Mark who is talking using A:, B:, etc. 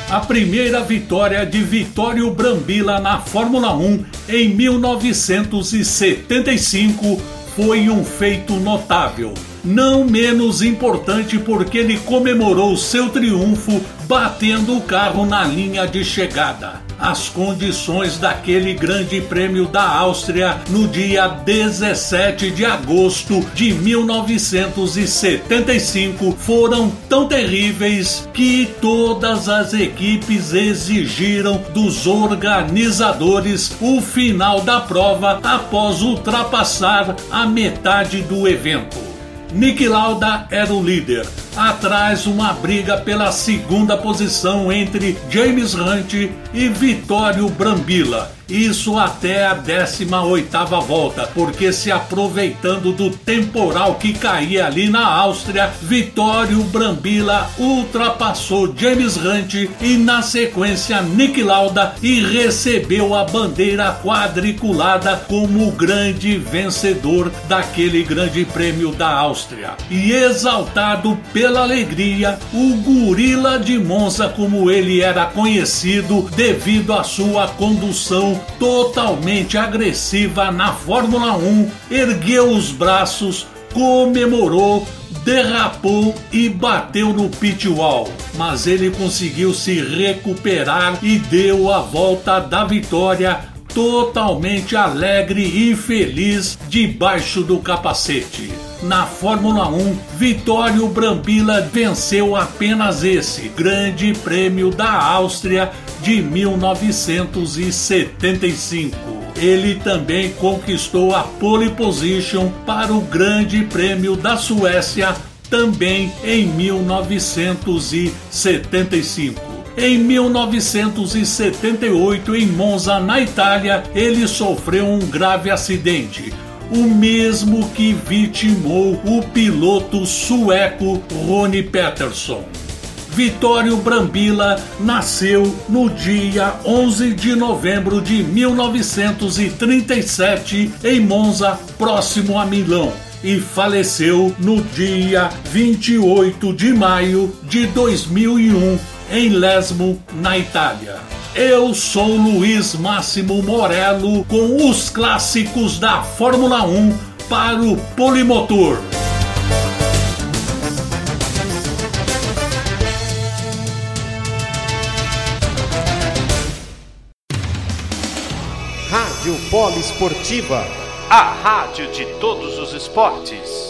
A: A primeira vitória de Vittorio Brambilla na Fórmula 1 em 1975 foi um feito notável. Não menos importante porque ele comemorou seu triunfo batendo o carro na linha de chegada. As condições daquele Grande Prêmio da Áustria no dia 17 de agosto de 1975 foram tão terríveis que todas as equipes exigiram dos organizadores o final da prova após ultrapassar a metade do evento. Niki Lauda era o líder. Atrás, uma briga pela segunda posição entre James Hunt e Vittorio Brambilla. Isso até a 18ª volta, porque se aproveitando do temporal que caía ali na Áustria, Vittorio Brambilla ultrapassou James Hunt e na sequência Niki Lauda e recebeu a bandeira quadriculada como o grande vencedor daquele Grande Prêmio da Áustria. E exaltado pela alegria, o Gorila de Monza, como ele era conhecido devido à sua condução totalmente agressiva na Fórmula 1, ergueu os braços, comemorou, derrapou e bateu no pit wall. Mas ele conseguiu se recuperar e deu a volta da vitória totalmente alegre e feliz debaixo do capacete. Na Fórmula 1, Vittorio Brambilla venceu apenas esse Grande Prêmio da Áustria de 1975. Ele também conquistou a pole position para o Grande Prêmio da Suécia, também em 1975. Em 1978, em Monza, na Itália, ele sofreu um grave acidente, o mesmo que vitimou o piloto sueco Ronnie Peterson. Vittorio Brambilla nasceu no dia 11 de novembro de 1937 em Monza, próximo a Milão, e faleceu no dia 28 de maio de 2001 em Lesmo, na Itália. Eu sou Luiz Máximo Morello com os clássicos da Fórmula 1 para o Polimotor.
B: Rádio Poliesportiva, a rádio de todos os esportes.